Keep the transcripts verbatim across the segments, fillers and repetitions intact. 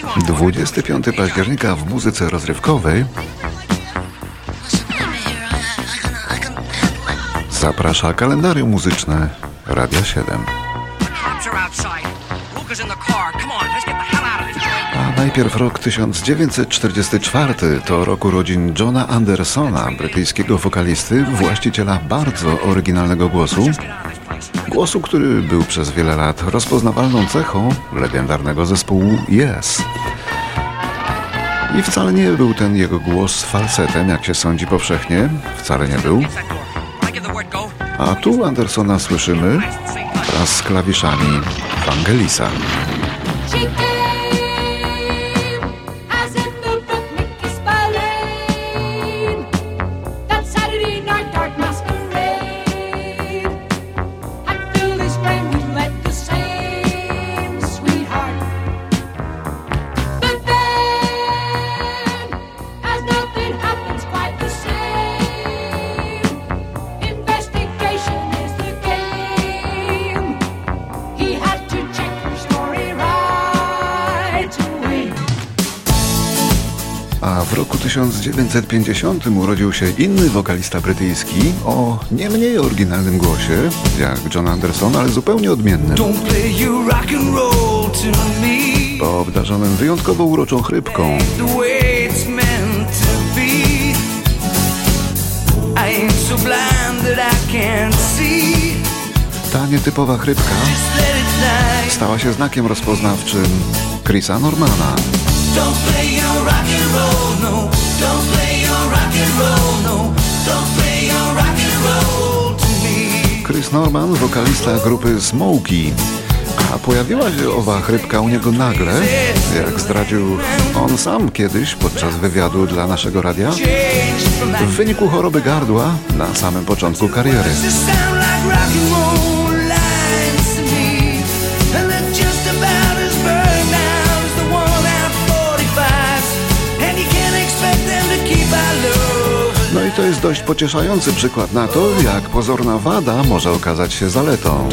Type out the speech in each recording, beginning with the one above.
dwudziestego piątego października w muzyce rozrywkowej zaprasza kalendarium muzyczne Radia siedem. A najpierw rok tysiąc dziewięćset czterdziesty czwarty to rok urodzin Johna Andersona, brytyjskiego wokalisty, właściciela bardzo oryginalnego głosu. Głosu, który był przez wiele lat rozpoznawalną cechą legendarnego zespołu Yes. I wcale nie był ten jego głos falsetem, jak się sądzi powszechnie. Wcale nie był. A tu Andersona słyszymy wraz z klawiszami Vangelisa. A w roku tysiąc dziewięćset pięćdziesiątym urodził się inny wokalista brytyjski o nie mniej oryginalnym głosie jak John Anderson, ale zupełnie odmiennym. Bo obdarzonym wyjątkowo uroczą chrypką. Ta nietypowa chrypka stała się znakiem rozpoznawczym Chrisa Normana. Don't play your rock and roll, no. Don't play your rock and roll, no. Don't play your rock and roll to me. Chris Norman, wokalista grupy Smokey. A pojawiła się owa chrypka u niego nagle, jak zdradził on sam kiedyś podczas wywiadu dla naszego radia, w wyniku choroby gardła na samym początku kariery. No i to jest dość pocieszający przykład na to, jak pozorna wada może okazać się zaletą.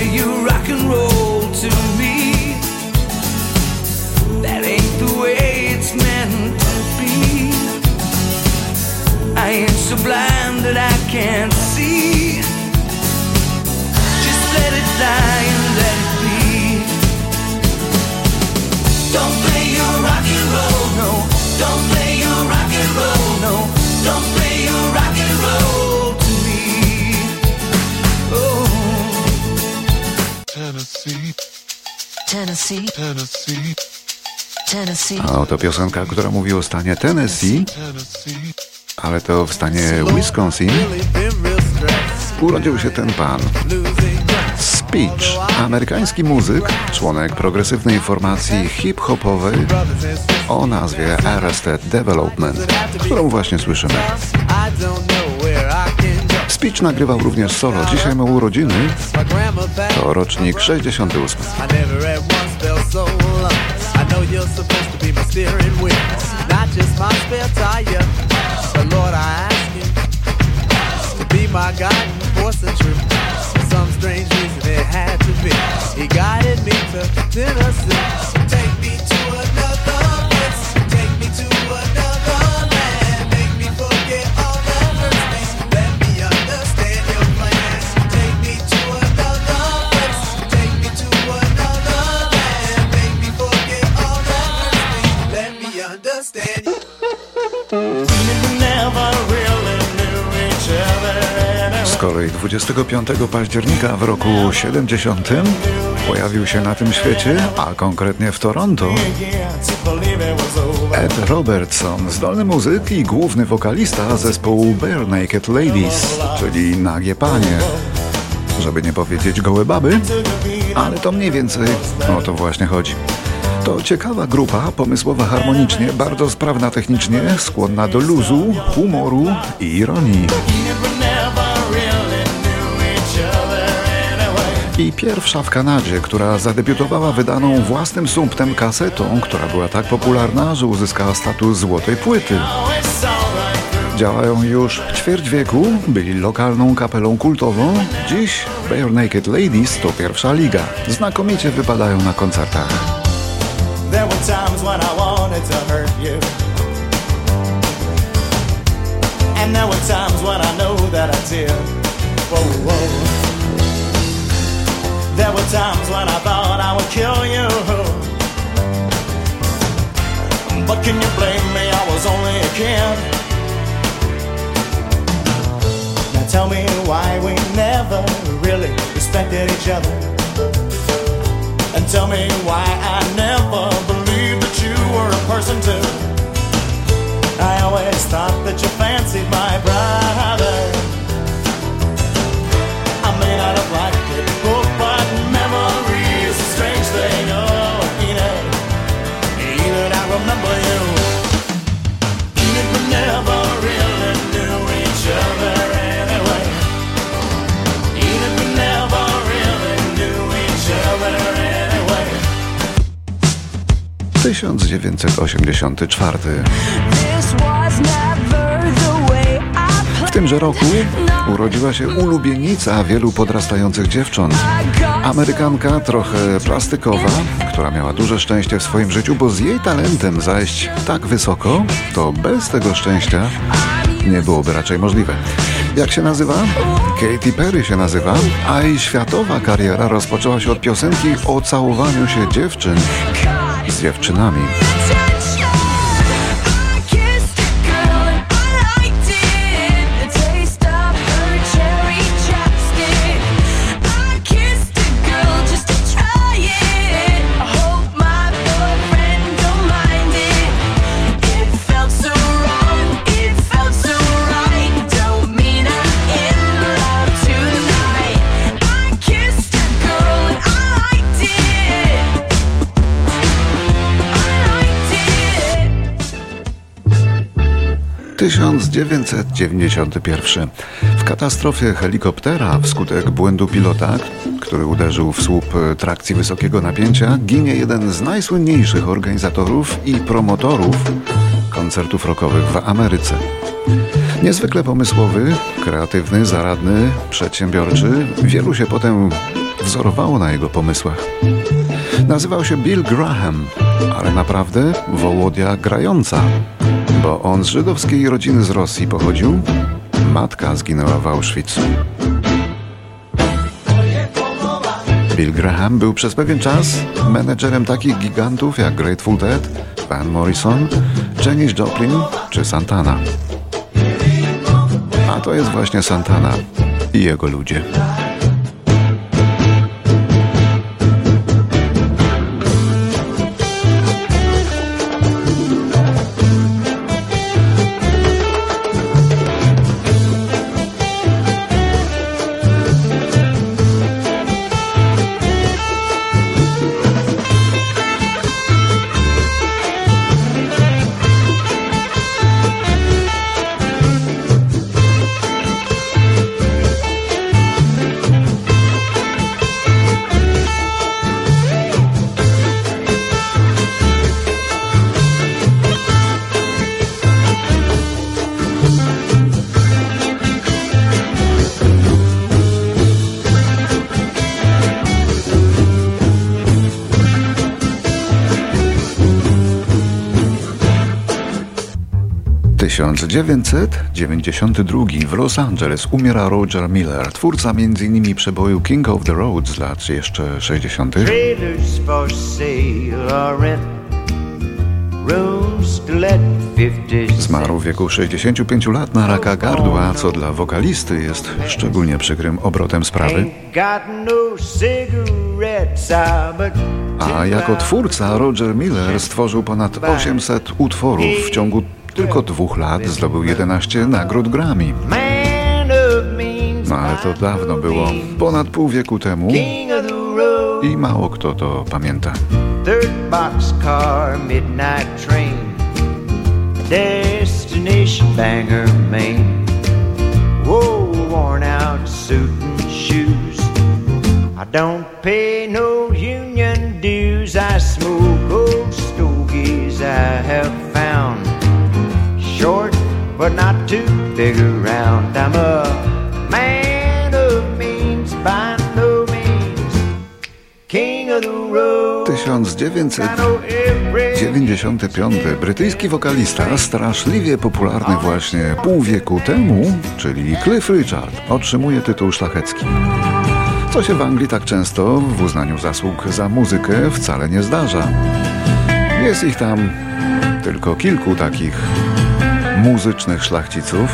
Tennessee. Tennessee. Tennessee. A oto piosenka, która mówi o stanie Tennessee, ale to w stanie Wisconsin urodził się ten pan. Speech, amerykański muzyk, członek progresywnej formacji hip-hopowej o nazwie Arrested Development, którą właśnie słyszymy. Speech nagrywał również solo. Dzisiaj ma urodziny. To rocznik sześćdziesiąty ósmy. Z kolei dwudziestego piątego października w roku siedemdziesiątym pojawił się na tym świecie, a konkretnie w Toronto, Ed Robertson, zdolny muzyk i główny wokalista zespołu Bare Naked Ladies, czyli Nagie Panie, żeby nie powiedzieć gołe baby, ale to mniej więcej o to właśnie chodzi. To ciekawa grupa, pomysłowa harmonicznie, bardzo sprawna technicznie, skłonna do luzu, humoru i ironii. I pierwsza w Kanadzie, która zadebiutowała wydaną własnym sumptem kasetą, która była tak popularna, że uzyskała status złotej płyty. Działają już ćwierć wieku, byli lokalną kapelą kultową. Dziś Bare Naked Ladies to pierwsza liga. Znakomicie wypadają na koncertach. There were times when I wanted to hurt you, and there were times when I know that I did. Whoa, whoa. There were times when I thought I would kill you, but can you blame me? I was only a kid. Now tell me why we never really respected each other, and tell me why I never believed that you were a person too. I always thought that you fancied my brother. I may not have liked it, but memory is a strange thing. Oh, Enid, Enid, I remember you. Enid, we never really knew each other anyway. Enid, we never really knew each other anyway. tysiąc dziewięćset osiemdziesiąty czwarty. W tymże roku urodziła się ulubienica wielu podrastających dziewcząt. Amerykanka trochę plastykowa, która miała duże szczęście w swoim życiu, bo z jej talentem zajść tak wysoko, to bez tego szczęścia nie byłoby raczej możliwe. Jak się nazywa? Katy Perry się nazywa, a jej światowa kariera rozpoczęła się od piosenki o całowaniu się dziewczyn z dziewczynami. tysiąc dziewięćset dziewięćdziesiąty pierwszy. W katastrofie helikoptera wskutek błędu pilota, który uderzył w słup trakcji wysokiego napięcia, ginie jeden z najsłynniejszych organizatorów i promotorów koncertów rockowych w Ameryce. Niezwykle pomysłowy, kreatywny, zaradny, przedsiębiorczy, wielu się potem wzorowało na jego pomysłach. Nazywał się Bill Graham, ale naprawdę wołodia grająca, bo on z żydowskiej rodziny z Rosji pochodził, matka zginęła w Auschwitzu. Bill Graham był przez pewien czas menedżerem takich gigantów jak Grateful Dead, Van Morrison, Janis Joplin czy Santana. A to jest właśnie Santana i jego ludzie. tysiąc dziewięćset dziewięćdziesiąty drugi. W Los Angeles umiera Roger Miller, twórca między innymi przeboju King of the Road z lat jeszcze sześćdziesiątych. Zmarł w wieku sześćdziesięciu pięciu lat na raka gardła, co dla wokalisty jest szczególnie przykrym obrotem sprawy. A jako twórca Roger Miller stworzył ponad osiemset utworów. W ciągu tylko dwóch lat zdobył jedenaście nagród Grammy. No ale to dawno było, ponad pół wieku temu i mało kto to pamięta. Third boxcar, midnight train, destination Bangor, Maine. Whoa, worn out suit and shoes. I don't pay no union dues. I smoke old stogies I have found. Short, but not too big around. I'm a man of means by no means. King of the road. tysiąc dziewięćset dziewięćdziesiąty piąty brytyjski wokalista, straszliwie popularny właśnie pół wieku temu, czyli Cliff Richard, otrzymuje tytuł szlachecki. Co się w Anglii tak często w uznaniu zasług za muzykę wcale nie zdarza. Jest ich tam tylko kilku takich muzycznych szlachciców.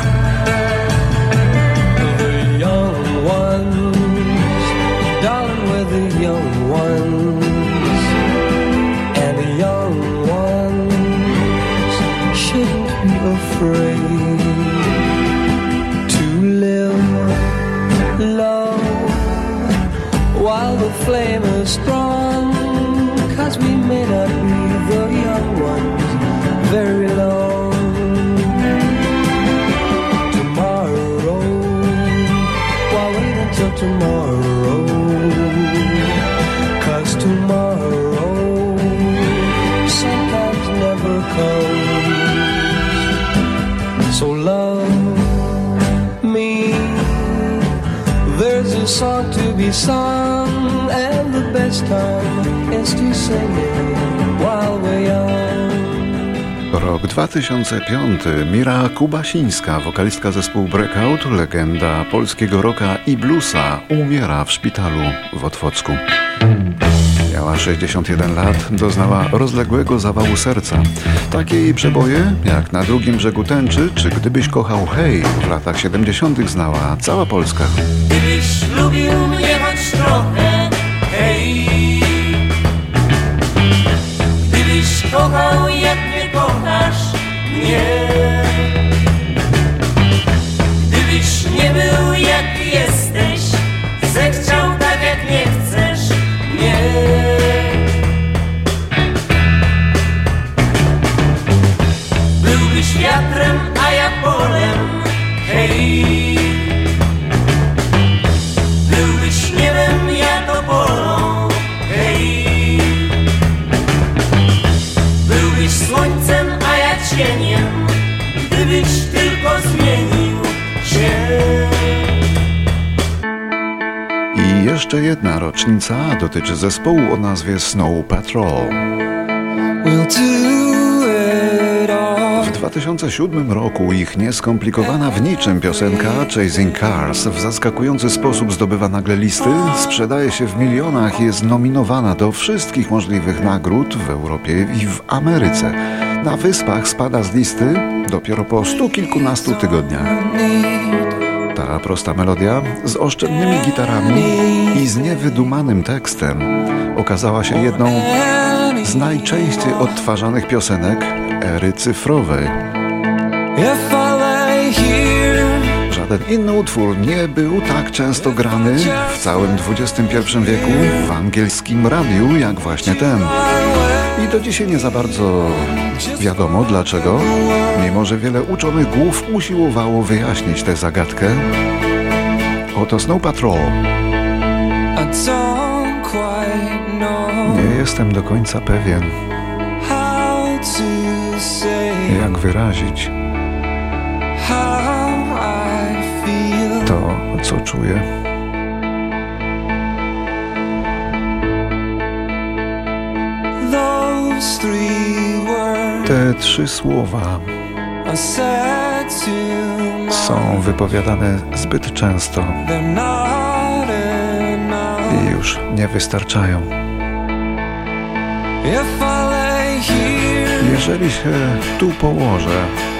While the flame is strong, 'cause we may not be the young ones very long. Tomorrow, why wait until tomorrow? 'Cause tomorrow sometimes never comes. So love me, there's a song to be sung, and the best time is to sing it while we're young. Rok dwa tysiące piąty. Mira Kubasińska, wokalistka zespołu Breakout, legenda polskiego rocka i bluesa, umiera w szpitalu w Otwocku. Miała sześćdziesiąt jeden lat, doznała rozległego zawału serca. Takie jej przeboje jak Na drugim brzegu tęczy czy Gdybyś kochał hej w latach siedemdziesiątych znała cała Polska. Gdybyś lubił mnie choć trochę, hej. Gdybyś kochał jak nie kochasz mnie. Gdybyś nie był jak jesteś, zechciał tak jak nie chcesz mnie. Byłbyś wiatrem, a ja polem, hej. Byłbyś niebem, ja topolą, hej. Byłbyś słońcem, a ja cieniem, gdybyś tylko zmienił się. I jeszcze jedna rocznica dotyczy zespołu o nazwie Snow Patrol. W dwa tysiące siódmym roku ich nieskomplikowana w niczym piosenka Chasing Cars w zaskakujący sposób zdobywa nagle listy, sprzedaje się w milionach i jest nominowana do wszystkich możliwych nagród w Europie i w Ameryce. Na Wyspach spada z listy dopiero po stu kilkunastu tygodniach. Ta prosta melodia z oszczędnymi gitarami i z niewydumanym tekstem okazała się jedną z najczęściej odtwarzanych piosenek ery cyfrowej. Żaden inny utwór nie był tak często grany w całym dwudziestym pierwszym wieku w angielskim radiu jak właśnie ten. I do dzisiaj nie za bardzo wiadomo dlaczego, mimo że wiele uczonych głów usiłowało wyjaśnić tę zagadkę. Oto Snow Patrol. Nie jestem do końca pewien, jak wyrazić to, co czuję. Te trzy słowa są wypowiadane zbyt często i już nie wystarczają. Jeżeli się tu położę,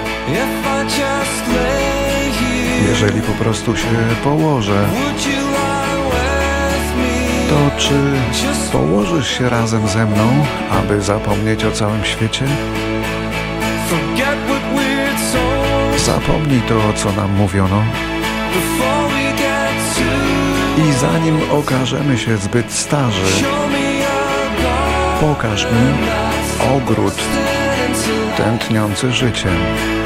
jeżeli po prostu się położę, to czy położysz się razem ze mną, aby zapomnieć o całym świecie? Zapomnij to, co nam mówiono. I zanim okażemy się zbyt starzy, pokaż mi ogród tętniący życiem.